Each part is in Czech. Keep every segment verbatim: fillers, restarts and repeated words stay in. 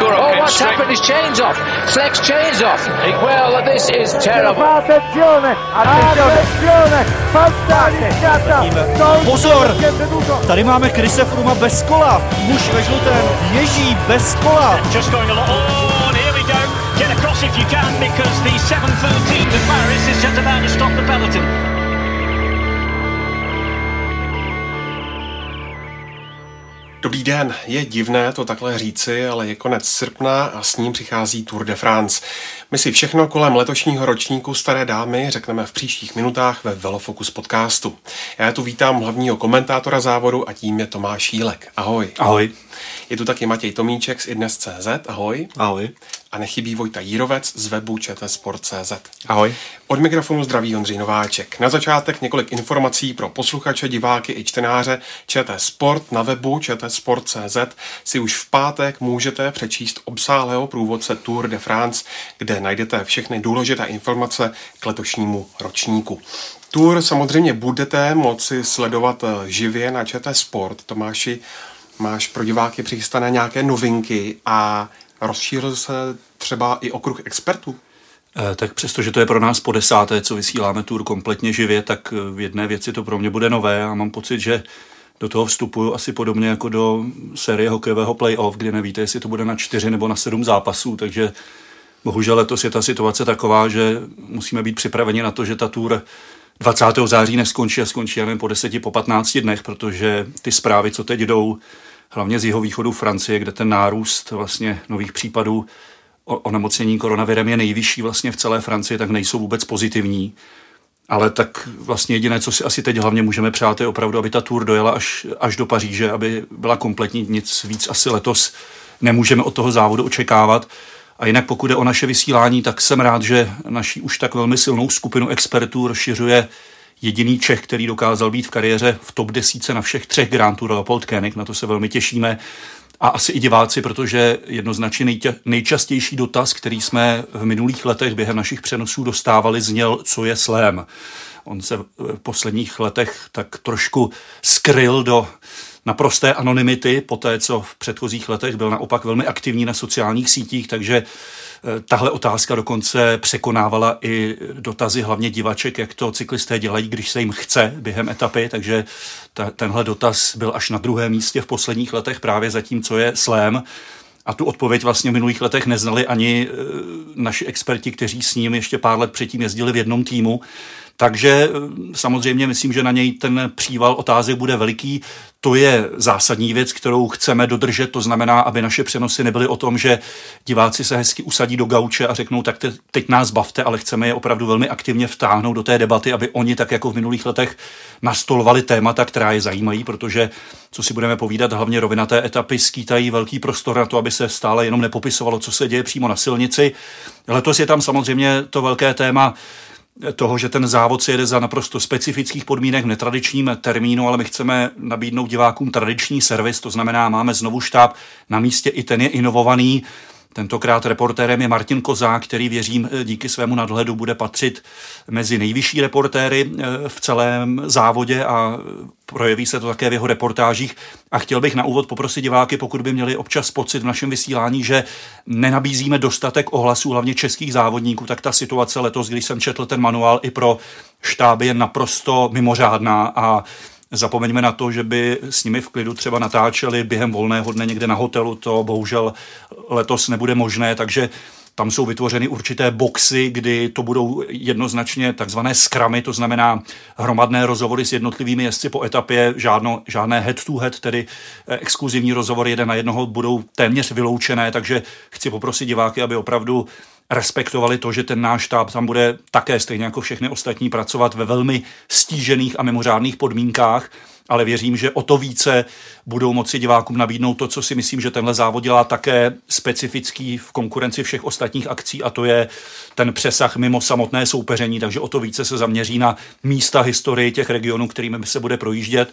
Oh, what's happened? His chain's off. Fleck's chain's off. Well, this is terrible. Attenzione, attenzione, Pozor, tady máme Chrise Frooma bez kola. Muž ve žlutém ježí bez kola. Just going along. Oh, and here we go. Get across if you can, because the seven thirteen to Paris is just about to stop the peloton. Dobrý den, je divné to takhle říci, ale je konec srpna a s ním přichází Tour de France. My si všechno kolem letošního ročníku Staré dámy řekneme v příštích minutách ve Velofocus podcastu. Já tu vítám hlavního komentátora závodu a tím je Tomáš Jílek. Ahoj. Ahoj. Je tu taky Matěj Tomíček z idnes tečka cé zet. Ahoj. Ahoj. A nechybí Vojta Jírovec z webu čtsport tečka cé zet. Ahoj. Od mikrofonu zdraví Ondřej Nováček. Na začátek několik informací pro posluchače, diváky i čtenáře. ČT Sport na webu čtsport tečka cé zet si už v pátek můžete přečíst obsáhlého průvodce Tour de France, kde najdete všechny důležité informace k letošnímu ročníku. Tour samozřejmě budete moci sledovat živě na ČT Sport. Tomáši, máš pro diváky přichystané nějaké novinky a rozšířil se třeba i okruh expertů? Eh, tak přestože to je pro nás po desáté, co vysíláme Tour kompletně živě, tak v jedné věci to pro mě bude nové a mám pocit, že do toho vstupuju asi podobně jako do série hokejového play-off, kdy nevíte, jestli to bude na čtyři nebo na sedm zápasů, takže bohužel letos je ta situace taková, že musíme být připraveni na to, že ta Tour dvacátého září neskončí a skončí jen po deseti, po patnácti dnech, protože ty zprávy, co teď jdou, hlavně z jihovýchodu Francie, kde ten nárůst vlastně nových případů onemocnění koronavirem je nejvyšší vlastně v celé Francii, tak nejsou vůbec pozitivní. Ale tak vlastně jediné, co si asi teď hlavně můžeme přát, je opravdu, aby ta Tour dojela až, až do Paříže, aby byla kompletní, nic víc asi letos nemůžeme od toho závodu očekávat. A jinak pokud jde o naše vysílání, tak jsem rád, že naší už tak velmi silnou skupinu expertů rozšiřuje jediný Čech, který dokázal být v kariéře v top desítce na všech třech Grand Tour, Leopold Koenig, na to se velmi těšíme. A asi i diváci, protože jednoznačně nejtě, nejčastější dotaz, který jsme v minulých letech během našich přenosů dostávali, zněl, co je slam. On se v posledních letech tak trošku skryl do naprosté anonymity, poté co v předchozích letech byl naopak velmi aktivní na sociálních sítích, takže tahle otázka dokonce překonávala i dotazy hlavně divaček, jak to cyklisté dělají, když se jim chce během etapy, takže ta, tenhle dotaz byl až na druhém místě v posledních letech právě za tím, co je slam. A tu odpověď vlastně v minulých letech neznali ani e, naši experti, kteří s ním ještě pár let předtím jezdili v jednom týmu. Takže samozřejmě myslím, že na něj ten příval otázek bude veliký. To je zásadní věc, kterou chceme dodržet. To znamená, aby naše přenosy nebyly o tom, že diváci se hezky usadí do gauče a řeknou, tak te, teď nás bavte, ale chceme je opravdu velmi aktivně vtáhnout do té debaty, aby oni tak jako v minulých letech nastolovali témata, která je zajímají, protože, co si budeme povídat, hlavně rovinaté etapy skýtají velký prostor na to, aby se stále jenom nepopisovalo, co se děje přímo na silnici. Letos je tam samozřejmě to velké téma toho, že ten závod se jede za naprosto specifických podmínek v netradičním termínu, ale my chceme nabídnout divákům tradiční servis, to znamená, máme znovu štáb na místě, i ten je inovovaný. Tentokrát reportérem je Martin Kozák, který věřím díky svému nadhledu bude patřit mezi nejvyšší reportéry v celém závodě a projeví se to také v jeho reportážích. A chtěl bych na úvod poprosit diváky, pokud by měli občas pocit v našem vysílání, že nenabízíme dostatek ohlasů, hlavně českých závodníků, tak ta situace letos, když jsem četl ten manuál i pro štáby, je naprosto mimořádná a zapomeňme na to, že by s nimi v klidu třeba natáčeli během volného dne někde na hotelu, to bohužel letos nebude možné, takže tam jsou vytvořeny určité boxy, kdy to budou jednoznačně takzvané scrumy, to znamená hromadné rozhovory s jednotlivými jezdci po etapě, žádno, žádné head-to-head, tedy exkluzivní rozhovory jeden na jednoho budou téměř vyloučené, takže chci poprosit diváky, aby opravdu respektovali to, že ten náš štáb tam bude také stejně jako všechny ostatní pracovat ve velmi stížených a mimořádných podmínkách, ale věřím, že o to více budou moci divákům nabídnout to, co si myslím, že tenhle závod dělá také specifický v konkurenci všech ostatních akcí, a to je ten přesah mimo samotné soupeření, takže o to více se zaměří na místa historii těch regionů, kterými se bude projíždět.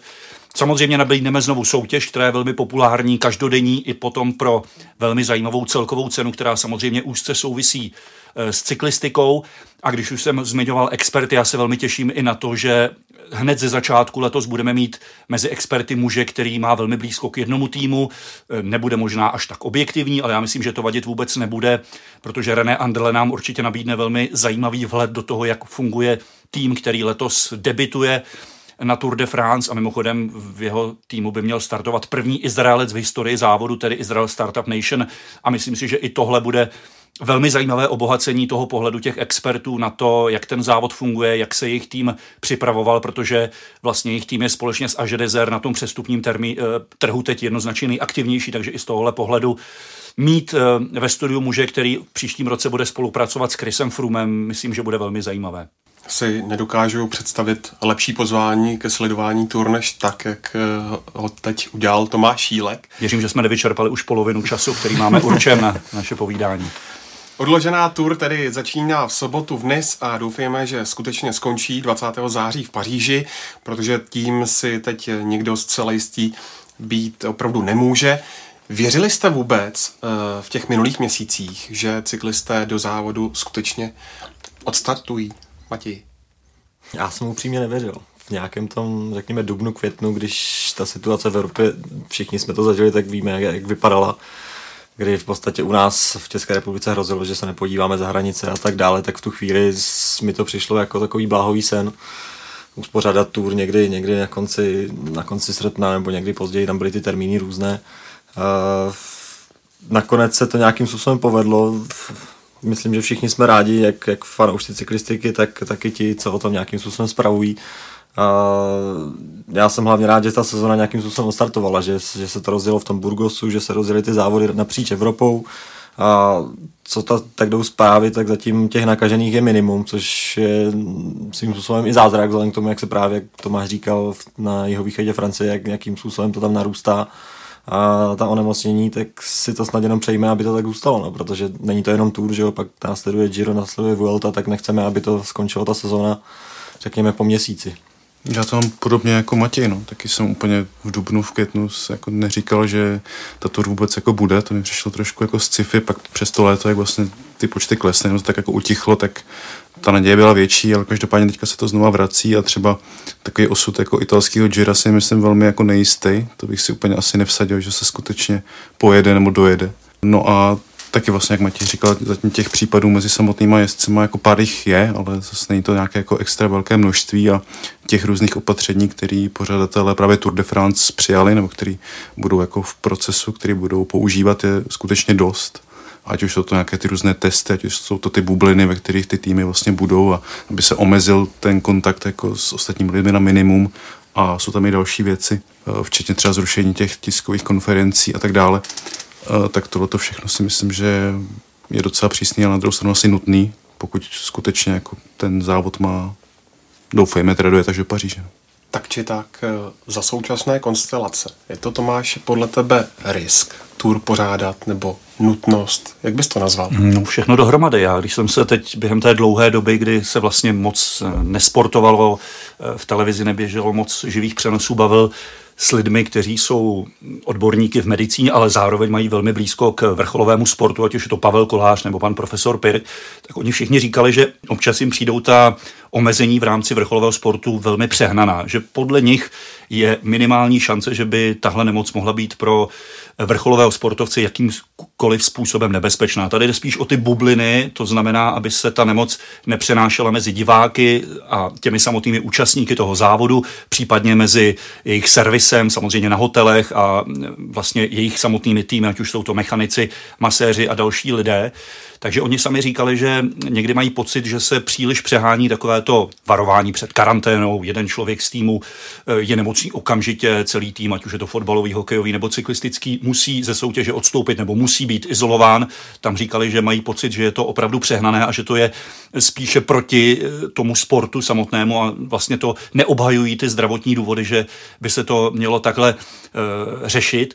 Samozřejmě nabídneme znovu soutěž, která je velmi populární, každodenní i potom pro velmi zajímavou celkovou cenu, která samozřejmě úzce souvisí s cyklistikou. A když už jsem zmiňoval experty, já se velmi těším i na to, že hned ze začátku letos budeme mít mezi experty muže, který má velmi blízko k jednomu týmu. Nebude možná až tak objektivní, ale já myslím, že to vadit vůbec nebude, protože René Anderle nám určitě nabídne velmi zajímavý vhled do toho, jak funguje tým, který letos debituje na Tour de France a mimochodem v jeho týmu by měl startovat první Izraelec v historii závodu, tedy Israel Startup Nation, a myslím si, že i tohle bude velmi zajímavé obohacení toho pohledu těch expertů na to, jak ten závod funguje, jak se jejich tým připravoval, protože vlastně jejich tým je společně s Age Desert na tom přestupním termí, trhu teď jednoznačně nejaktivnější, takže i z tohohle pohledu mít ve studiu muže, který v příštím roce bude spolupracovat s Chrisem Froomem, myslím, že bude velmi zajímavé. Si nedokážu představit lepší pozvání ke sledování Tour než tak, jak ho teď udělal Tomáš Šílek. Věřím, že jsme nevyčerpali už polovinu času, který máme určen na naše povídání. Odložená Tour tedy začíná v sobotu v Nice a doufejme, že skutečně skončí dvacátého září v Paříži, protože tím si teď někdo zcela jistý být opravdu nemůže. Věřili jste vůbec v těch minulých měsících, že cyklisté do závodu skutečně odstartují? Matěj? Já jsem upřímně nevěřil. V nějakém tom, řekněme, dubnu, květnu, když ta situace v Evropě, všichni jsme to zažili, tak víme, jak, jak vypadala, kdy v podstatě u nás v České republice hrozilo, že se nepodíváme za hranice a tak dále, tak v tu chvíli mi to přišlo jako takový bláhový sen. Uspořádat tour někdy, někdy na konci, na konci srpna nebo někdy později, tam byly ty termíny různé. Nakonec se to nějakým způsobem povedlo. Myslím, že všichni jsme rádi, jak, jak fanoušci cyklistiky, tak taky ti, co o tom nějakým způsobem spravují. A já jsem hlavně rád, že ta sezona nějakým způsobem odstartovala, že, že se to rozjelo v tom Burgosu, že se rozjeli ty závody napříč Evropou. A co ta, tak jdou zprávy, tak zatím těch nakažených je minimum, což je svým způsobem i zázrak, vzhledem k tomu, jak se právě, jak Tomáš říkal, na jihovýchodě Francie, jak nějakým způsobem to tam narůstá. A ta onemocnění, tak si to snad jenom přejme, aby to tak zůstalo, no, protože není to jenom Tour, že jo, pak následuje Giro, následuje Vuelta, tak nechceme, aby to skončilo ta sezóna, řekněme, po měsíci. Já to mám podobně jako Matěj, no. Taky jsem úplně v dubnu, v květnu jako neříkal, že ta Tour vůbec jako bude, to mi přišlo trošku jako sci-fi, pak přes to léto, jak vlastně ty počty klesly, no, tak jako utichlo, tak ta naděje byla větší, ale každopádně teďka se to znova vrací a třeba takový osud jako italského Gira si myslím velmi jako nejistý, to bych si úplně asi nevsadil, že se skutečně pojede nebo dojede. No a taky vlastně, jak Matěj říkal, zatím těch případů mezi samotnýma jezdcema jako pár jich je, ale zase není to nějaké jako extra velké množství a těch různých opatření, které pořadatelé právě Tour de France přijali, nebo který budou jako v procesu, který budou používat, je skutečně dost. Ať už jsou to nějaké ty různé testy, ať už jsou to ty bubliny, ve kterých ty týmy vlastně budou, a aby se omezil ten kontakt jako s ostatními lidmi na minimum. A jsou tam i další věci, včetně třeba zrušení těch tiskových konferencí a tak dále. Tak tohleto všechno si myslím, že je docela přísný, ale na druhou stranu asi nutný, pokud skutečně jako ten závod má, doufejme, teda dojet až do Paříže. Tak či tak, za současné konstelace, je to, Tomáš, podle tebe risk Tour pořádat nebo nutnost? Jak bys to nazval? No, všechno dohromady. Já, když jsem se teď během té dlouhé doby, kdy se vlastně moc nesportovalo, v televizi neběželo moc živých přenosů, bavil s lidmi, kteří jsou odborníky v medicíně, ale zároveň mají velmi blízko k vrcholovému sportu, ať už je to Pavel Kolář nebo pan profesor Pirk, tak oni všichni říkali, že občas jim přijdou ta omezení v rámci vrcholového sportu velmi přehnaná, že podle nich je minimální šance, že by tahle nemoc mohla být pro vrcholového sportovce jakýmkoliv způsobem nebezpečná. Tady jde spíš o ty bubliny, to znamená, aby se ta nemoc nepřenášela mezi diváky a těmi samotnými účastníky toho závodu, případně mezi jejich servisem, samozřejmě na hotelech a vlastně jejich samotnými týmy, ať už jsou to mechanici, maséři a další lidé. Takže oni sami říkali, že někdy mají pocit, že se příliš přehání takovéto varování před karanténou. Jeden člověk z týmu je nemocný okamžitě, celý tým, ať už je to fotbalový, hokejový nebo cyklistický, musí ze soutěže odstoupit nebo musí být izolován. Tam říkali, že mají pocit, že je to opravdu přehnané a že to je spíše proti tomu sportu samotnému a vlastně to neobhajují ty zdravotní důvody, že by se to mělo takhle uh, řešit.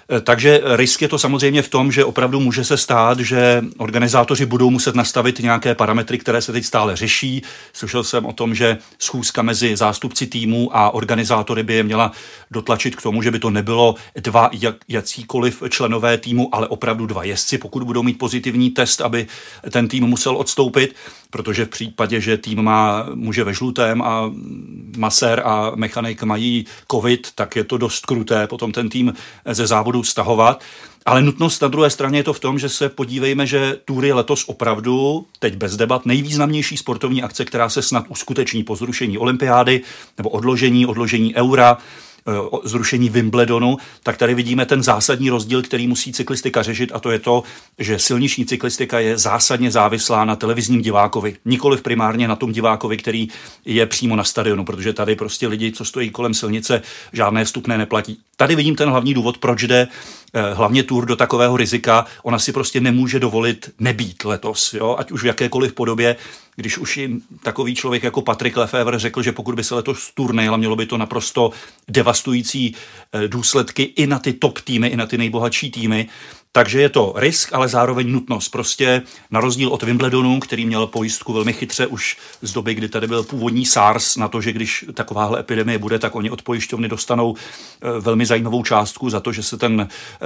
Takže risk je to samozřejmě v tom, že opravdu může se stát, že organizátoři budou muset nastavit nějaké parametry, které se teď stále řeší. Slyšel jsem o tom, že schůzka mezi zástupci týmu a organizátory by je měla dotlačit k tomu, že by to nebylo dva jakýkoliv členové týmu, ale opravdu dva jezdci, pokud budou mít pozitivní test, aby ten tým musel odstoupit, protože v případě, že tým má muže ve žlutém a masér a mechanik mají covid, tak je to dost kruté potom ten tým ze závodu stahovat. Ale nutnost na druhé straně je to v tom, že se podívejme, že Tour je letos opravdu, teď bez debat, nejvýznamnější sportovní akce, která se snad uskuteční po zrušení olympiády nebo odložení, odložení eura, zrušení Wimbledonu, tak tady vidíme ten zásadní rozdíl, který musí cyklistika řešit, a to je to, že silniční cyklistika je zásadně závislá na televizním divákovi. Nikoliv primárně na tom divákovi, který je přímo na stadionu, protože tady prostě lidi, co stojí kolem silnice, žádné vstupné neplatí. Tady vidím ten hlavní důvod, proč jde hlavně Tour do takového rizika. Ona si prostě nemůže dovolit nebýt letos, jo? Ať už v jakékoliv podobě, když už jim takový člověk jako Patrick Lefevre řekl, že pokud by se letos Tour nejela, mělo by to naprosto devastující důsledky i na ty top týmy, i na ty nejbohatší týmy. Takže je to risk, ale zároveň nutnost. Prostě na rozdíl od Wimbledonu, který měl pojistku velmi chytře už z doby, kdy tady byl původní SARS, na to, že když takováhle epidemie bude, tak oni od pojišťovny dostanou velmi zajímavou částku za to, že se ten,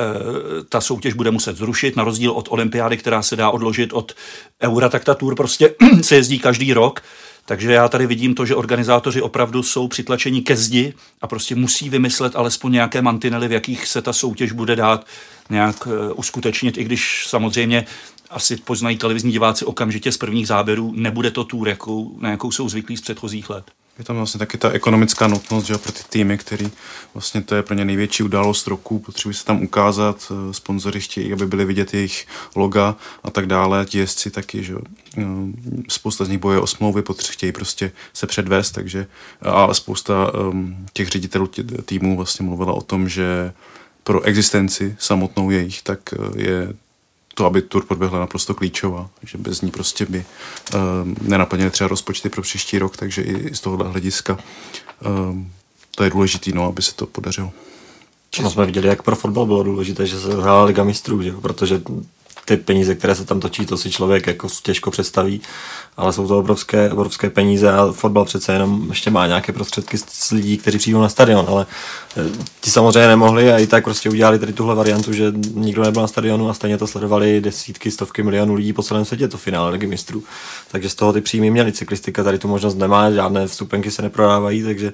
ta soutěž bude muset zrušit. Na rozdíl od olympiády, která se dá odložit od eura, tak ta Tour prostě se jezdí každý rok. Takže já tady vidím to, že organizátoři opravdu jsou přitlačeni ke zdi a prostě musí vymyslet alespoň nějaké mantinely, v jakých se ta soutěž bude dát nějak uskutečnit, i když samozřejmě asi poznají televizní diváci okamžitě z prvních záběrů, nebude to Tour, jakou, na jakou jsou zvyklí z předchozích let. Je tam vlastně taky ta ekonomická nutnost, že pro ty týmy, který vlastně to je pro ně největší událost roku, potřebují se tam ukázat, sponzoři chtějí, aby byly vidět jejich loga a tak dále, ti jezdci taky, že spousta z nich boje o smlouvy, chtějí prostě se předvést, takže a spousta um, těch ředitelů tě, týmů vlastně mluvila o tom, že pro existenci samotnou jejich, tak je to, aby Tour podběhla, naprosto klíčová, že bez ní prostě by um, nenaplnili třeba rozpočty pro příští rok, takže i z tohohle hlediska um, to je důležitý, no, aby se to podařilo. No, jsme viděli, jak pro fotbal bylo důležité, že se hrála Liga mistrů, že? Protože ty peníze, které se tam točí, to si člověk jako těžko představí, ale jsou to obrovské, obrovské peníze a fotbal přece jenom ještě má nějaké prostředky z lidí, kteří přijdou na stadion, ale ti samozřejmě nemohli a i tak prostě udělali tady tuhle variantu, že nikdo nebyl na stadionu a stejně to sledovali desítky, stovky milionů lidí po celém světě, to finále Ligy mistrů. Takže z toho ty příjmy měli. Cyklistika tady tu možnost nemá, žádné vstupenky se neprodávají, takže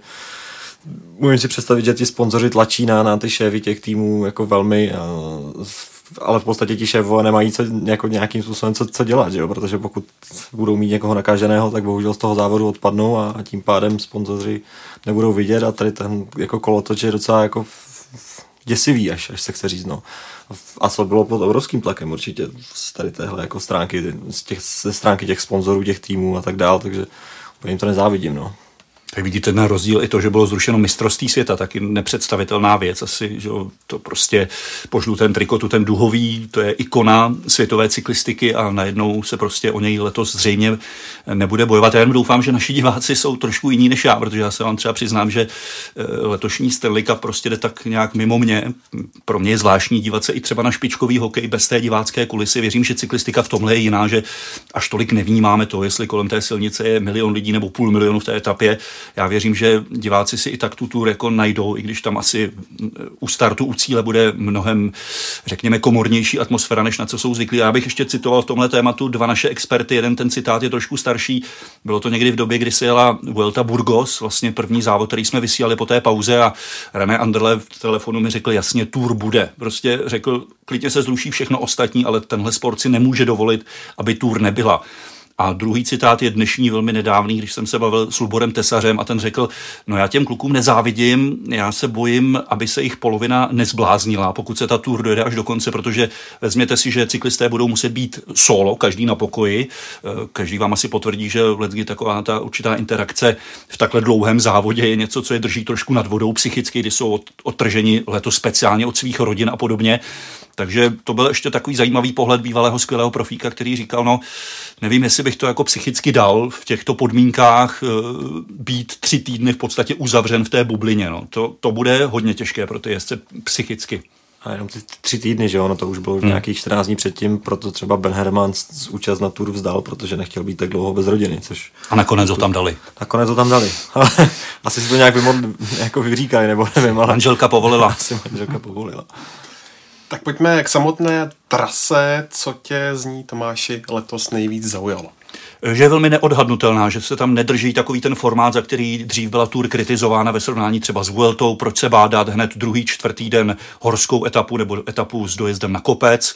můžu si představit, že ti sponzoři tlačí na, na ty šéfy těch týmů jako velmi, ale v podstatě ti šéfové nemají co, jako nějakým způsobem co, co dělat, že jo? Protože pokud budou mít někoho nakaženého, tak bohužel z toho závodu odpadnou a, a tím pádem sponzoři nebudou vidět a tady ten jako kolotoč je docela jako děsivý, až, až se chce říct, no. A co bylo pod obrovským tlakem určitě z tady téhle jako stránky, z těch, ze stránky těch sponzorů, těch týmů a tak dál, takže jim to nezávidím, no. Tak vidíte ten rozdíl i to, že bylo zrušeno mistrovství světa, taky nepředstavitelná věc asi, že to prostě po žlutém trikotu, ten duhový, to je ikona světové cyklistiky a najednou se prostě o něj letos zřejmě nebude bojovat. Já jen doufám, že naši diváci jsou trošku jiní než já, protože já se vám třeba přiznám, že letošní Stanley Cup prostě jde tak nějak mimo mě. Pro mě je zvláštní dívat se i třeba na špičkový hokej bez té divácké kulisy. Věřím, že cyklistika v tomhle je jiná, že až tolik nevnímáme to, jestli kolem té silnice je milion lidí nebo půl milionu v té etapě. Já věřím, že diváci si i tak tu Tour jako najdou, i když tam asi u startu, u cíle bude mnohem, řekněme, komornější atmosféra, než na co jsou zvyklí. Já bych ještě citoval v tomhle tématu dva naše experty. Jeden ten citát je trošku starší. Bylo to někdy v době, kdy se jela Vuelta Burgos, vlastně první závod, který jsme vysílali po té pauze a René Anderle v telefonu mi řekl jasně, Tour bude. Prostě řekl, klidně se zruší všechno ostatní, ale tenhle sport si nemůže dovolit, aby Tour nebyla. A druhý citát je dnešní, velmi nedávný, když jsem se bavil s Luborem Tesařem a ten řekl, no já těm klukům nezávidím, já se bojím, aby se jich polovina nezbláznila, pokud se ta Tour dojede až do konce, protože vezměte si, že cyklisté budou muset být solo, každý na pokoji, každý vám asi potvrdí, že leckdy taková ta určitá interakce v takhle dlouhém závodě je něco, co je drží trošku nad vodou psychicky, kdy jsou odtrženi letos speciálně od svých rodin a podobně. Takže to byl ještě takový zajímavý pohled bývalého skvělého profíka, který říkal, no nevím, jestli bych to jako psychicky dal v těchto podmínkách být tři týdny v podstatě uzavřen v té bublině. No. To, to bude hodně těžké pro ty jezdce psychicky. A jenom ty tři týdny, že ono to už bylo hmm. nějakých čtrnáct dní předtím, proto třeba Ben Herman z účast na Tour vzdal, protože nechtěl být tak dlouho bez rodiny, což... A nakonec ho tam dali. Nakonec ho tam dali, ale asi si to nějak vymod, jako vyříkali, nebo nevím, ale... Manželka povolila. Asi manželka povolila. Tak pojďme k samotné trase, co tě z ní, Tomáši, letos nejvíc zaujalo? Že je velmi neodhadnutelná, že se tam nedrží takový ten formát, za který dřív byla Tour kritizována ve srovnání třeba s Vueltou, proč se bá dát hned druhý, čtvrtý den horskou etapu nebo etapu s dojezdem na kopec.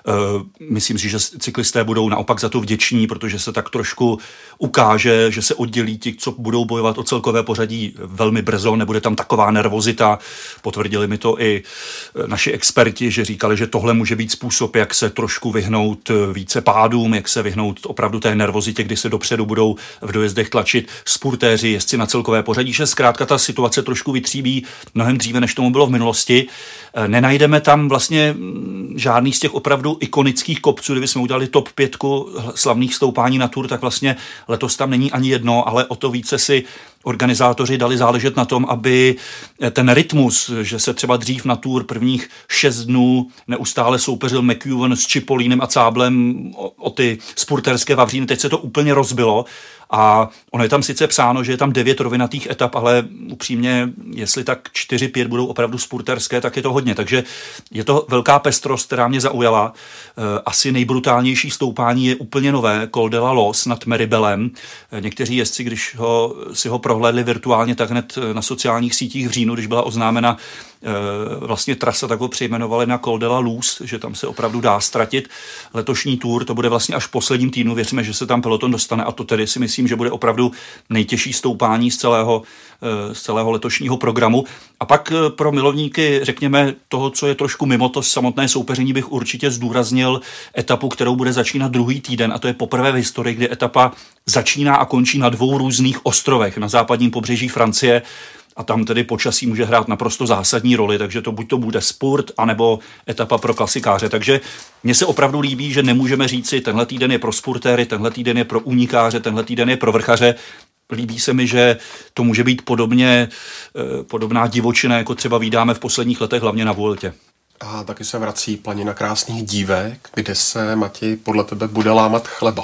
Myslím si, že cyklisté budou naopak za to vděční, protože se tak trošku ukáže, že se oddělí ti, co budou bojovat o celkové pořadí velmi brzo, nebude tam taková nervozita. Potvrdili mi to i naši experti, že říkali, že tohle může být způsob, jak se trošku vyhnout více pádům, jak se vyhnout opravdu té nervozitě, kdy se dopředu budou v dojezdech tlačit spurtéři, jezdci na celkové pořadí, že zkrátka ta situace trošku vytříbí mnohem dříve, než tomu bylo v minulosti. Nenajdeme tam vlastně žádný z těch opravdu ikonických kopců, kdyby jsme udělali top pětku slavných stoupání na Tour, tak vlastně letos tam není ani jedno, ale o to více si organizátoři dali záležet na tom, aby ten rytmus, že se třeba dřív na Tour prvních šest dnů neustále soupeřil McEwen s Cipollinem a Cáblem o, o ty spurterské vavříny, teď se to úplně rozbilo a ono je tam sice psáno, že je tam devět rovinatých etap, ale upřímně, jestli tak čtyři, pět budou opravdu spurterské, tak je to hodně, takže je to velká pestrost, která mě zaujala. Asi nejbrutálnější stoupání je úplně nové, Col de la Loze nad Meribelem. Někteří jezdci, když ho, si ho prohlédli virtuálně, tak hned na sociálních sítích v říjnu, když byla oznámena vlastně trasa, tak ho přejmenovali na Col de la Loze, že tam se opravdu dá ztratit. Letošní Tour, to bude vlastně až v posledním týdnu, věříme, že se tam peloton dostane a to tedy si myslím, že bude opravdu nejtěžší stoupání z celého, z celého letošního programu. A pak pro milovníky, řekněme, toho, co je trošku mimo to samotné soupeření, bych určitě zdůraznil etapu, kterou bude začínat druhý týden a to je poprvé v historii, kdy etapa začíná a končí na dvou různých ostrovech na západním pobřeží Francie. A tam tedy počasí může hrát naprosto zásadní roli, takže to buď to bude spurt, anebo etapa pro klasikáře. Takže mně se opravdu líbí, že nemůžeme říci, tenhle týden je pro spurtéry, tenhle týden je pro únikáře, tenhle týden je pro vrchaře. Líbí se mi, že to může být podobně, podobná divočina, jako třeba vídáme v posledních letech, hlavně na Vueltě. A taky se vrací planina krásných dívek, kde se, Matěj, podle tebe bude lámat chleba.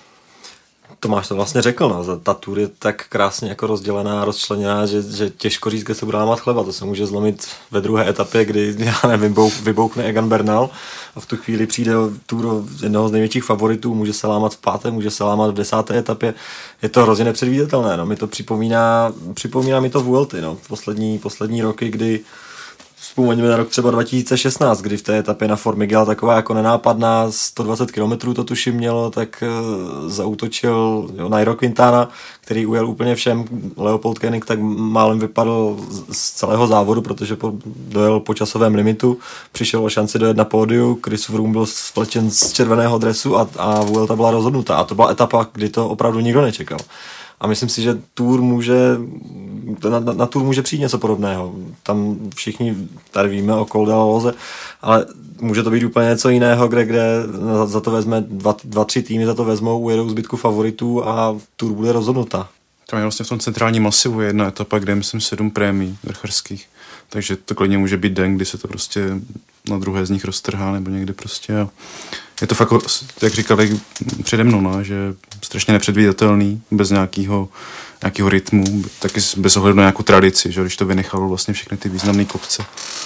Tomáš to vlastně řekl, no. Ta Tour je tak krásně jako rozdělená, rozčleněná, že, že těžko říct, kde se bude lámat chleba. To se může zlomit ve druhé etapě, kdy, já nevím, vyboukne Egan Bernal a v tu chvíli přijde Tour jednoho z největších favoritů, může se lámat v páté, může se lámat v desáté etapě. Je to hrozně nepředvídatelné, no. Mi to připomíná, připomíná mi to Vuelty, no. Poslední, poslední roky, kdy vzpomeňme na rok třeba dva tisíce šestnáct, kdy v té etapě na Formigel taková jako nenápadná, sto dvacet kilometrů to tuším mělo, tak uh, zaútočil jo, Nairo Quintana, který ujel úplně všem. Leopold Koenig tak málem vypadl z celého závodu, protože po, dojel po časovém limitu, přišel o šanci dojet na pódiu, Chris Froome byl svlečen z červeného dresu a, a Vuelta byla rozhodnutá. A to byla etapa, kdy to opravdu nikdo nečekal. A myslím si, že Tour může, na, na, na Tour může přijít něco podobného. Tam všichni tady víme o Col de la Loze, ale může to být úplně něco jiného, kde, kde za to vezme dva, dva, tři týmy, za to vezmou, ujedou zbytku favoritů a Tour bude rozhodnuta. Tam je vlastně v tom centrálním masivu jedna etapa, kde je, myslím, sedm prémií vrcharských. Takže to klidně může být den, kdy se to prostě na druhé z nich roztrhá, nebo někde prostě. A je to fakt, jak říkali přede mnou, no, že strašně nepředvídatelný, bez nějakého, nějakého rytmu, taky bez ohledu na nějakou tradici, že když to vynechalo vlastně všechny ty významné kopce.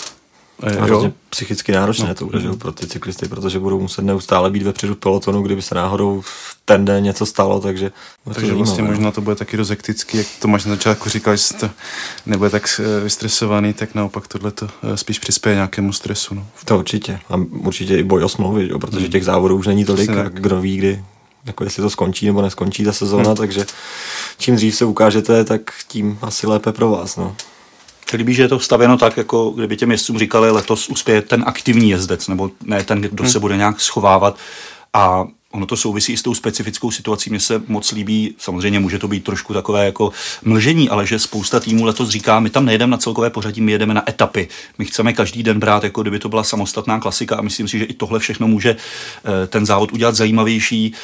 A hrozně psychicky náročné no, to bude, no. Pro ty cyklisty, protože budou muset neustále být vepředu pelotonu, kdyby se náhodou v ten den něco stalo, takže... Takže to vlastně možná to bude taky dost hektický, jak Tomáš na začátku říkal, že to nebude tak vystresovaný, tak naopak tohle to spíš přispěje nějakému stresu. No. To určitě. A určitě i boj o smlouvy, jo, protože těch závodů už není tolik, a kdo ví, kdy, jako jestli to skončí nebo neskončí ta sezóna, hmm. takže čím dřív se ukážete, tak tím asi lépe pro vás, no. Líbí, že je to stavěno tak, jako kdyby těm jezdcům říkali, letos uspěje ten aktivní jezdec, nebo ne ten, kdo se bude nějak schovávat. A ono to souvisí i s tou specifickou situací. Mně se moc líbí, samozřejmě může to být trošku takové jako mlžení, ale že spousta týmů letos říká, my tam nejedeme na celkové pořadí, my jedeme na etapy. My chceme každý den brát, jako kdyby to byla samostatná klasika a myslím si, že i tohle všechno může ten závod udělat zajímavější.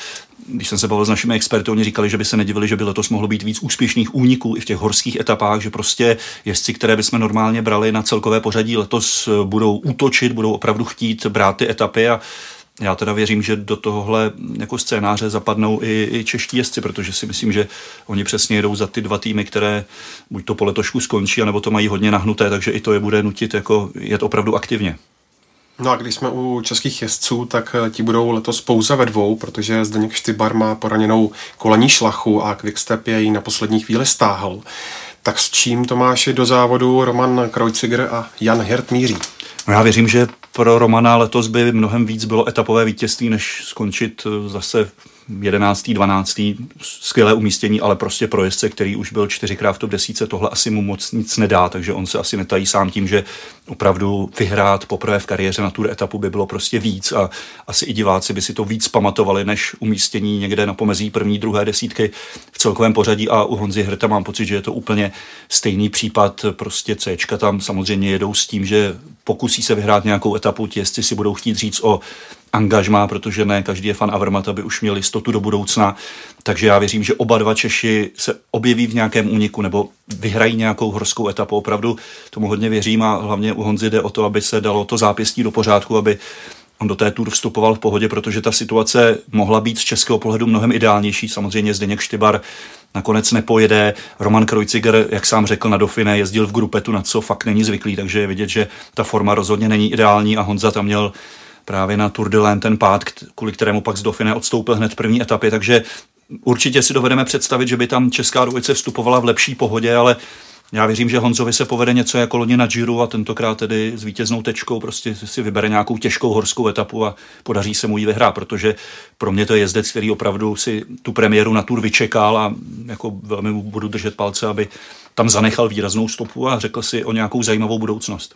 když jsem se bavil s našimi experty, oni říkali, že by se nedivili, že by letos mohlo být víc úspěšných úniků i v těch horských etapách, že prostě jezdci, které bychom normálně brali na celkové pořadí, letos budou útočit, budou opravdu chtít brát ty etapy a já teda věřím, že do tohohle jako scénáře zapadnou i, i čeští jezdci, protože si myslím, že oni přesně jedou za ty dva týmy, které buď to po letošku skončí, anebo to mají hodně nahnuté, takže i to je bude nutit jako jet opravdu aktivně. No a když jsme u českých jezdců, tak ti budou letos pouze ve dvou, protože Zdeněk Štybar má poraněnou kolenní šlachu a Quickstep jej na poslední chvíli stáhl. Tak s čím, Tomáši, do závodu Roman Kreuziger a Jan Hirt míří? No já věřím, že pro Romana letos by mnohem víc bylo etapové vítězství, než skončit zase jedenáctý, dvanáctý skvělé umístění, ale prostě pro jezdce, který už byl čtyřikrát v top desítce, tohle asi mu moc nic nedá, takže on se asi netají sám tím, že opravdu vyhrát poprvé v kariéře na Tour etapu by bylo prostě víc a asi i diváci by si to víc pamatovali, než umístění někde na pomezí první, druhé desítky v celkovém pořadí a u Honzy Hirta mám pocit, že je to úplně stejný případ, prostě Cčka tam samozřejmě jedou s tím, že pokusí se vyhrát nějakou etapu, ti jezdci si budou chtít říct o angažmá, protože ne každý je fan Avermaet, aby už měl jistotu do budoucna. Takže já věřím, že oba dva Češi se objeví v nějakém úniku nebo vyhrají nějakou horskou etapu. Opravdu tomu hodně věřím a hlavně u Honzy jde o to, aby se dalo to zápěstí do pořádku, aby on do té Tour vstupoval v pohodě, protože ta situace mohla být z českého pohledu mnohem ideálnější. Samozřejmě Zdeněk Štybar nakonec nepojede. Roman Kreuziger, jak sám řekl, na Dauphiné jezdil v grupetu, na co fakt není zvyklý, takže je vidět, že ta forma rozhodně není ideální a Honza tam měl právě na Tour de l'Ain ten pád, kvůli kterému pak z Dauphiné odstoupil hned v první etapě, takže určitě si dovedeme představit, že by tam česká dvojice vstupovala v lepší pohodě, ale já věřím, že Honzovi se povede něco jako loni na Giro a tentokrát tedy s vítěznou tečkou prostě si vybere nějakou těžkou horskou etapu a podaří se mu ji vyhrát, protože pro mě to je jezdec, který opravdu si tu premiéru na Tour vyčekal a jako velmi mu budu držet palce, aby tam zanechal výraznou stopu a řekl si o nějakou zajímavou budoucnost.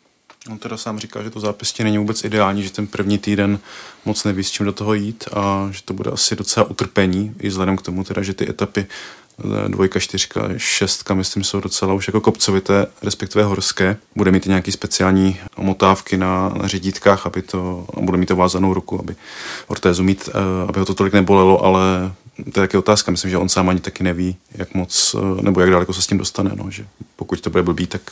On teda sám říká, že to zápěstí není vůbec ideální, že ten první týden moc neví, s čím do toho jít a že to bude asi docela utrpení, i vzhledem k tomu teda, že ty etapy dvojka, čtyřka, šestka, myslím, jsou docela už jako kopcovité, respektive horské. Bude mít i nějaký speciální omotávky na, na řídítkách, aby to, bude mít to vázanou ruku, aby ortézu mít, aby ho to tolik nebolelo, ale to je taky otázka. Myslím, že on sám ani taky neví, jak moc, nebo jak daleko se s tím dostane, no, že pokud to bude blbý, tak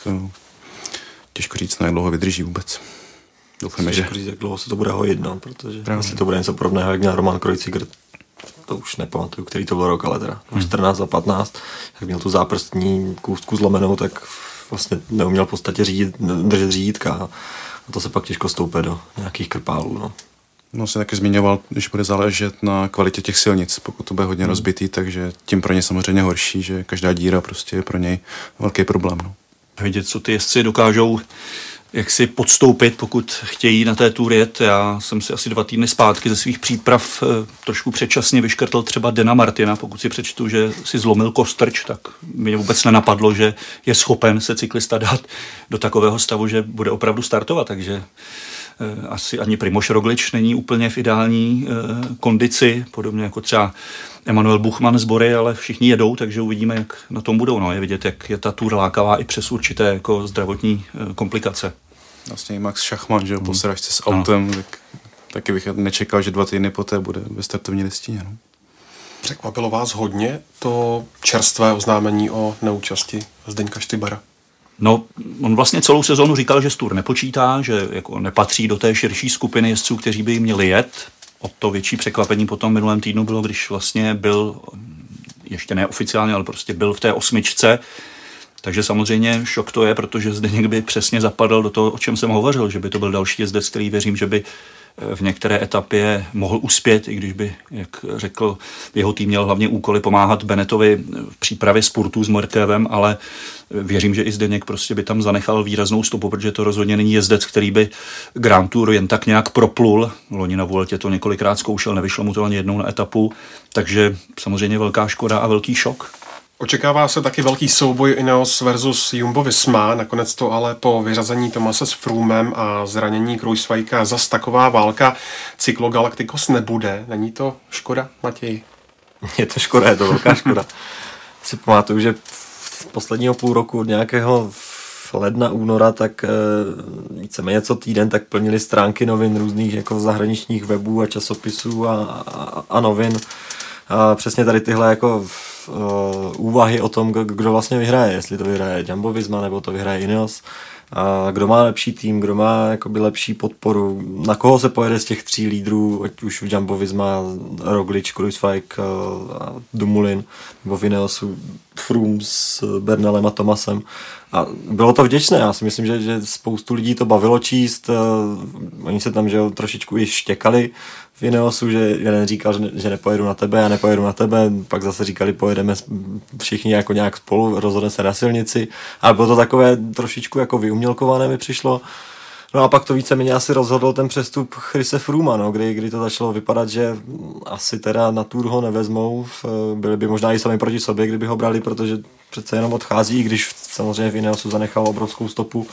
těžko říct, na jak dlouho vydrží vůbec. Doufáme, že... Těžko říct, jak dlouho se to bude hojit, no, protože asi to bude něco podobného, jak měl Roman Kreuziger, to už nepamatuju, který to byl rok, ale teda hmm. čtrnáct a patnáct, jak měl tu záprstní kůstku zlomenou, tak vlastně neuměl v podstatě řídit, držet řídítka a to se pak těžko stoupe do nějakých krpálů, no. No, se taky zmiňoval, že bude záležet na kvalitě těch silnic, pokud to bude hodně hmm. rozbitý, takže tím pro ně samozřejmě horší, že každá díra prostě je pro něj velký problém, no. Vidět, co ty jezdci dokážou jak si podstoupit, pokud chtějí na té Tour jet. Já jsem si asi dva týdny zpátky ze svých příprav trošku předčasně vyškrtl třeba Dana Martina. Pokud si přečtu, že si zlomil kostrč, tak mě vůbec nenapadlo, že je schopen se cyklista dát do takového stavu, že bude opravdu startovat, takže asi ani Primož Roglič není úplně v ideální kondici, podobně jako třeba Emanuel Buchmann z Bory, ale všichni jedou, takže uvidíme, jak na tom budou. No, je vidět, jak je ta Tour lákavá i přes určité jako zdravotní komplikace. Vlastně i Max Schachmann, že jo, po sražce s autem, no. tak, taky bych nečekal, že dva týdny poté bude ve startovní listině. No. Překvapilo vás hodně to čerstvé oznámení o neúčasti Zdeňka Štybara? No, on vlastně celou sezonu říkal, že z Tour nepočítá, že jako nepatří do té širší skupiny jezdců, kteří by měli jet. O to větší překvapení potom minulém týdnu bylo, když vlastně byl, ještě neoficiálně, ale prostě byl v té osmičce. Takže samozřejmě šok to je, protože Zdeněk by přesně zapadl do toho, o čem jsem hovořil, že by to byl další jezdec, který věřím, že by v některé etapě mohl uspět, i když by, jak řekl, jeho tým měl hlavně úkoly pomáhat Benettovi v přípravě spurtů s Mörkevem, ale věřím, že i Zdeněk prostě by tam zanechal výraznou stopu, protože to rozhodně není jezdec, který by Grand Tour jen tak nějak proplul. Loni na Vueltě to několikrát zkoušel, nevyšlo mu to ani jednou na etapu, takže samozřejmě velká škoda a velký šok. Očekává se taky velký souboj Ineos versus Jumbo-Visma, nakonec to ale po vyřazení Thomase s Froomem a zranění Kruijswijka zas taková válka Cyclogalacticos nebude. Není to škoda, Matěj? Je to škoda, je to velká škoda. Si pamatuju, že v posledního půl roku od nějakého ledna, února, tak víceméně co týden, tak plnili stránky novin různých jako zahraničních webů a časopisů a, a, a novin. A přesně tady tyhle jako uh, úvahy o tom, kdo vlastně vyhraje, jestli to vyhraje Jumbo Visma nebo to vyhraje Ineos. A kdo má lepší tým, kdo má jakoby lepší podporu, na koho se pojede z těch tří lídrů, ať už v Jumbo Visma, Roglič, Kruijswijk a Dumoulin, nebo v Ineosu Froome s Bernalem a Thomasem. A bylo to vděčné, já si myslím, že, že spoustu lidí to bavilo číst, oni se tam že jo, trošičku i štěkali v Ineosu, že jeden říkal, že, že nepojedu na tebe, já nepojedu na tebe, pak zase říkali, pojedeme všichni jako nějak spolu, rozhodne se na silnici, ale bylo to takové trošičku jako vyumělkované mi přišlo. No a pak to víceméně asi rozhodl ten přestup Chrise Frooma, no, kdy, kdy to začalo vypadat, že asi teda na Tour ho nevezmou, byli by možná i sami proti sobě, kdyby ho brali, protože přece jenom odchází, i když samozřejmě v Ineosu zanechal obrovskou stopu,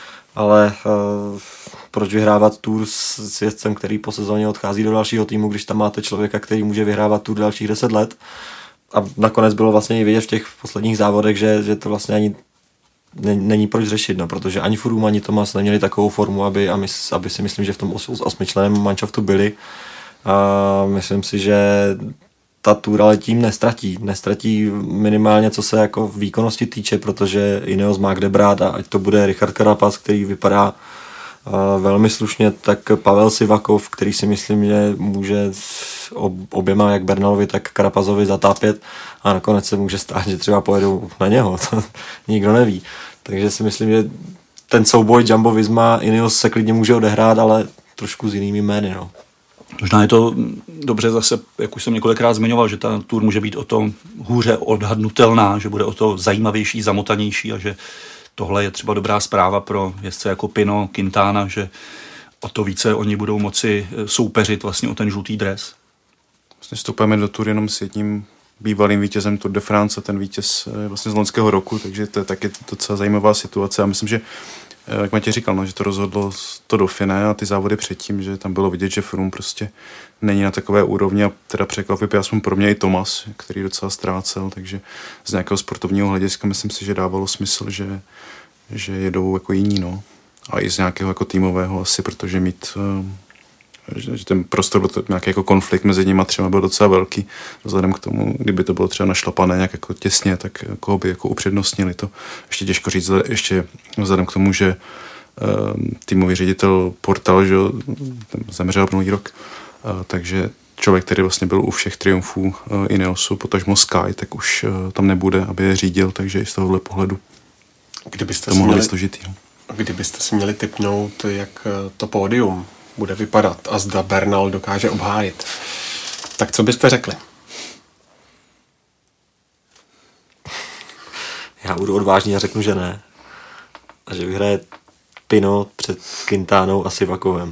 ale uh, proč vyhrávat Tour s, s jezdcem, který po sezóně odchází do dalšího týmu, když tam máte člověka, který může vyhrávat Tour dalších deset let. A nakonec bylo vlastně i vidět v těch posledních závodech, že, že to vlastně ani není proč řešit, no, protože ani Froome, ani Thomas neměli takovou formu, aby, aby, aby si myslím, že v tom os, osmičlenném manšaftu byli. A myslím si, že ta Tour ale tím nestratí. Nestratí minimálně, co se jako výkonnosti týče, protože Ineos má kde brát a ať to bude Richard Carapaz, který vypadá uh, velmi slušně, tak Pavel Sivakov, který si myslím, že může oběma, jak Bernalovi, tak Carapazovi zatápět a nakonec se může stát, že třeba pojedou na něho. To nikdo neví. Takže si myslím, že ten souboj Jumbo Visma Ineos se klidně může odehrát, ale trošku s jinými jmény. No. Možná je to dobře zase, jak už jsem několikrát zmiňoval, že ta Tour může být o to hůře odhadnutelná, že bude o to zajímavější, zamotanější a že tohle je třeba dobrá zpráva pro jezdce jako Pinot, Quintana, že o to více oni budou moci soupeřit vlastně o ten žlutý dres. Vlastně vstupujeme do Tour jenom s jedním bývalým vítězem Tour de France, ten vítěz vlastně z loňského roku, takže to je taky docela zajímavá situace a myslím, že jak Matěj říkal, no, že to rozhodlo to Dauphiné a ty závody předtím, že tam bylo vidět, že Froome prostě není na takové úrovni a teda překvapivě aspoň pro mě i Thomas, který docela ztrácel, takže z nějakého sportovního hlediska myslím si, že dávalo smysl, že, že jedou jako jiní, no. A i z nějakého jako týmového asi, protože mít že ten prostor byl to nějaký jako konflikt mezi nimi třema byl docela velký. Vzhledem k tomu, kdyby to bylo třeba našlapané nějak jako těsně, tak koho by jako upřednostnili to. Ještě těžko říct, ještě vzhledem k tomu, že uh, týmový ředitel Portal, že zemřel minulý rok, uh, takže člověk, který vlastně byl u všech triumfů uh, Ineosu, potažmo Sky, tak už uh, tam nebude, aby je řídil, takže i z tohohle pohledu Kdybyste to mohlo měli, být složitý. Kdybyste si měli tipnout, jak to pódium bude vypadat a zda Bernal dokáže obhájit, tak co byste řekli? Já budu odvážný a řeknu, že ne. A že vyhraje Pinot před Quintánou a Sivakovem.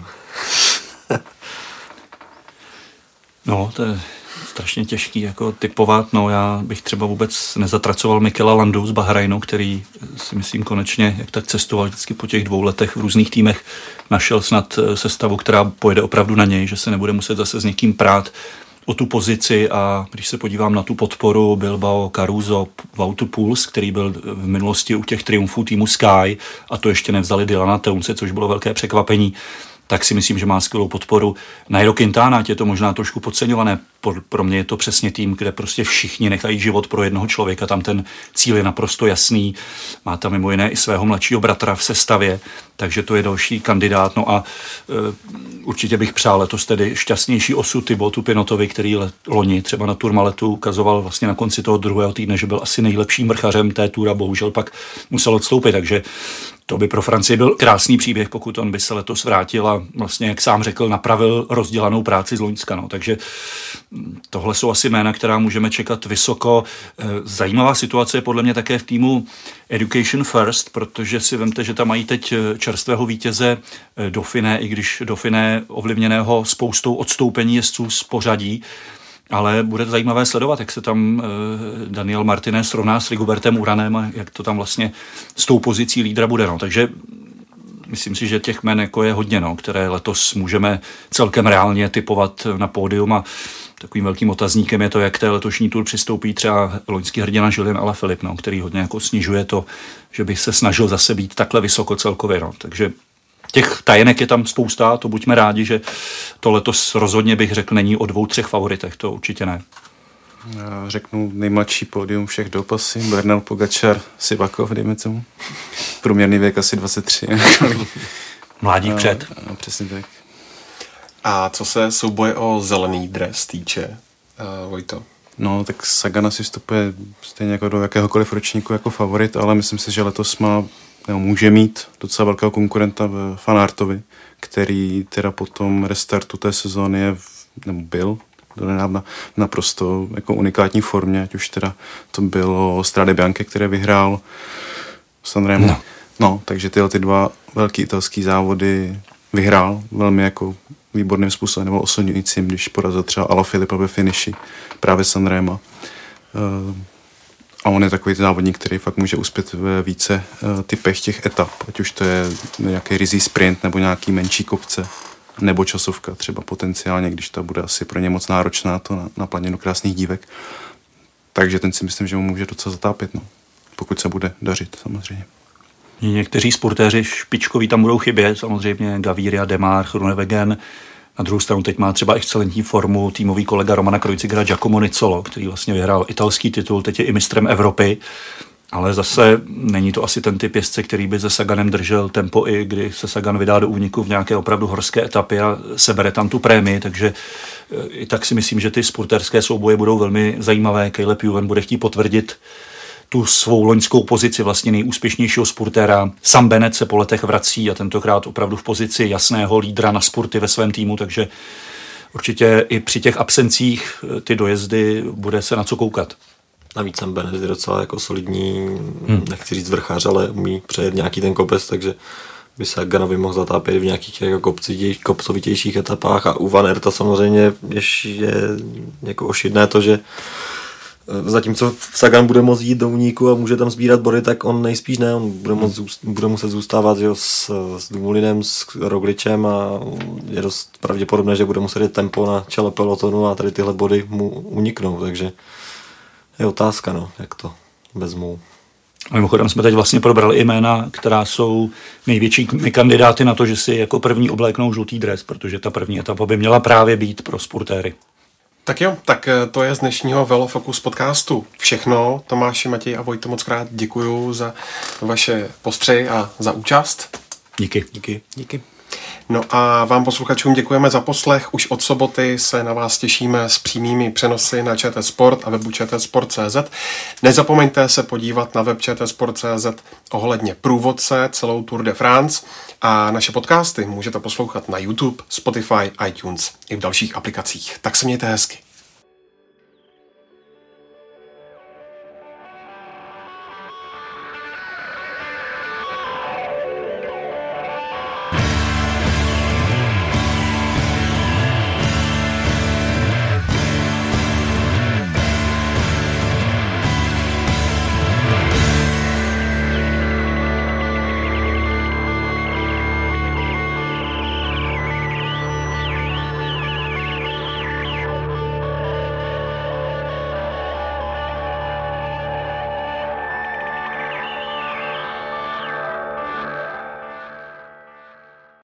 No, to je strašně těžký jako typovat. No, já bych třeba vůbec nezatracoval Mikela Landu z Bahrajnu, který si myslím konečně, jak tak cestoval vždycky po těch dvou letech v různých týmech, našel snad sestavu, která pojede opravdu na něj, že se nebude muset zase s někým prát o tu pozici a když se podívám na tu podporu Bilbao, Caruso, Wout Poels, který byl v minulosti u těch triumfů týmu Sky a to ještě nevzali Dylana Teunce, což bylo velké překvapení, tak si myslím, že má skvělou podporu. Nairo Quintana, je to možná trošku podceňované. Pro mě je to přesně tým, kde prostě všichni nechají život pro jednoho člověka. Tam ten cíl je naprosto jasný. Má tam mimo jiné i svého mladšího bratra v sestavě, takže to je další kandidát. No a e, určitě bych přál letos tedy šťastnější osud Thibaut Pinotovi, který let, loni třeba na Tourmaletu ukazoval vlastně na konci toho druhého týdne, že byl asi nejlepším vrchařem té Toura, bohužel pak musel odstoupit, takže to by pro Francii byl krásný příběh, pokud on by se letos vrátil a vlastně, jak sám řekl, napravil rozdělanou práci z loňska. No. Takže tohle jsou asi jména, která můžeme čekat vysoko. Zajímavá situace je podle mě také v týmu Education First, protože si vemte, že tam mají teď čerstvého vítěze Dauphiné, i když Dauphiné ovlivněného spoustou odstoupení jezdců z pořadí, ale bude zajímavé sledovat, jak se tam Daniel Martinez srovná s Rigobertem Uranem a jak to tam vlastně s tou pozicí lídra bude. No. Takže myslím si, že těch jmen jako je hodně, no, které letos můžeme celkem reálně typovat na pódium a Takovým velkým otazníkem je to, jak té letošní Tour přistoupí třeba loňský hrdina Julian Alaphilippe, no, který hodně jako snižuje to, že by se snažil zase být takhle vysoko celkově. No. Takže těch tajenek je tam spousta, to buďme rádi, že to letos rozhodně bych řekl není o dvou, třech favoritech, to určitě ne. Já řeknu nejmladší pódium všech dob asi, Bernal, Pogačar, Sivakov, dejme tomu. Průměrný věk asi dvacet tři. Mládí vpřed. A, a přesně tak. A co se souboje o zelený dres týče, uh, Vojto? No, tak Sagan asi vstupuje stejně jako do jakéhokoliv ročníku jako favorit, ale myslím si, že letos má, nebo může mít docela velkého konkurenta v Van Aertovi, který teda po tom restartu té sezóny je, v, nebo byl do nedávna naprosto jako unikátní formě, ať už teda to bylo Strade Bianche, které vyhrál Sanremo. No. no, takže tyhle ty dva velký italský závody vyhrál velmi jako výborným způsobem, nebo oslňujícím, když porazil třeba Alaphilippa ve finiši právě Sanrema. A on je takový závodník, který fakt může uspět ve více typech těch etap, ať už to je nějaký ryzí sprint nebo nějaký menší kopce, nebo časovka třeba potenciálně, když ta bude asi pro ně moc náročná, to na, na planěnu krásných dívek. Takže ten si myslím, že mu může docela zatápět, no. Pokud se bude dařit, samozřejmě. Někteří sportéři špičkoví tam budou chybět, samozřejmě Gaviria, Demar, Groenewegen. Na druhou stranu teď má třeba excelentní formu týmový kolega Romana Kreuziggera Giacomo Nizzolo, který vlastně vyhrál italský titul, teď je i mistrem Evropy, ale zase není to asi ten typ jezdce, který by se Saganem držel tempo, i kdy se Sagan vydá do úniku v nějaké opravdu horské etapě a sebere tam tu prémii, takže i tak si myslím, že ty sportérské souboje budou velmi zajímavé. Caleb Ewan bude chtít potvrdit tu svou loňskou pozici vlastně nejúspěšnějšího spurtéra. Sam Bennett se po letech vrací a tentokrát opravdu v pozici jasného lídra na spurty ve svém týmu, takže určitě i při těch absencích ty dojezdy bude se na co koukat. Navíc Sam Bennett je docela jako solidní, hmm. nechci říct vrchář, ale umí přejet nějaký ten kopec, takže by se Ganovi mohl zatápět v nějakých jako kopcovitějších etapách a u Van Aerta samozřejmě je jako ošidné to, že zatímco Sagan bude moct jít do úniku a může tam sbírat body, tak on nejspíš ne, on bude, moct, bude muset zůstávat že jo, s, s Dumolinem, s Rogličem a je dost pravděpodobné, že bude muset jít tempo na čele pelotonu a tady tyhle body mu uniknou, takže je otázka, no, jak to vezmou. A mimochodem jsme teď vlastně probrali jména, která jsou největšími kandidáty na to, že si jako první obléknou žlutý dres, protože ta první etapa by měla právě být pro sportéry. Tak jo, tak to je z dnešního Velofocus podcastu všechno. Tomáši, Matěj a Vojto, moc krát děkuju za vaše postřehy a za účast. Díky. Díky. Díky. No a vám posluchačům děkujeme za poslech. Už od soboty se na vás těšíme s přímými přenosy na ČT Sport a webu čtsport tečka cz. Nezapomeňte se podívat na web čtsport tečka cz ohledně průvodce celou Tour de France a naše podcasty můžete poslouchat na YouTube, Spotify, iTunes i v dalších aplikacích. Tak se mějte hezky.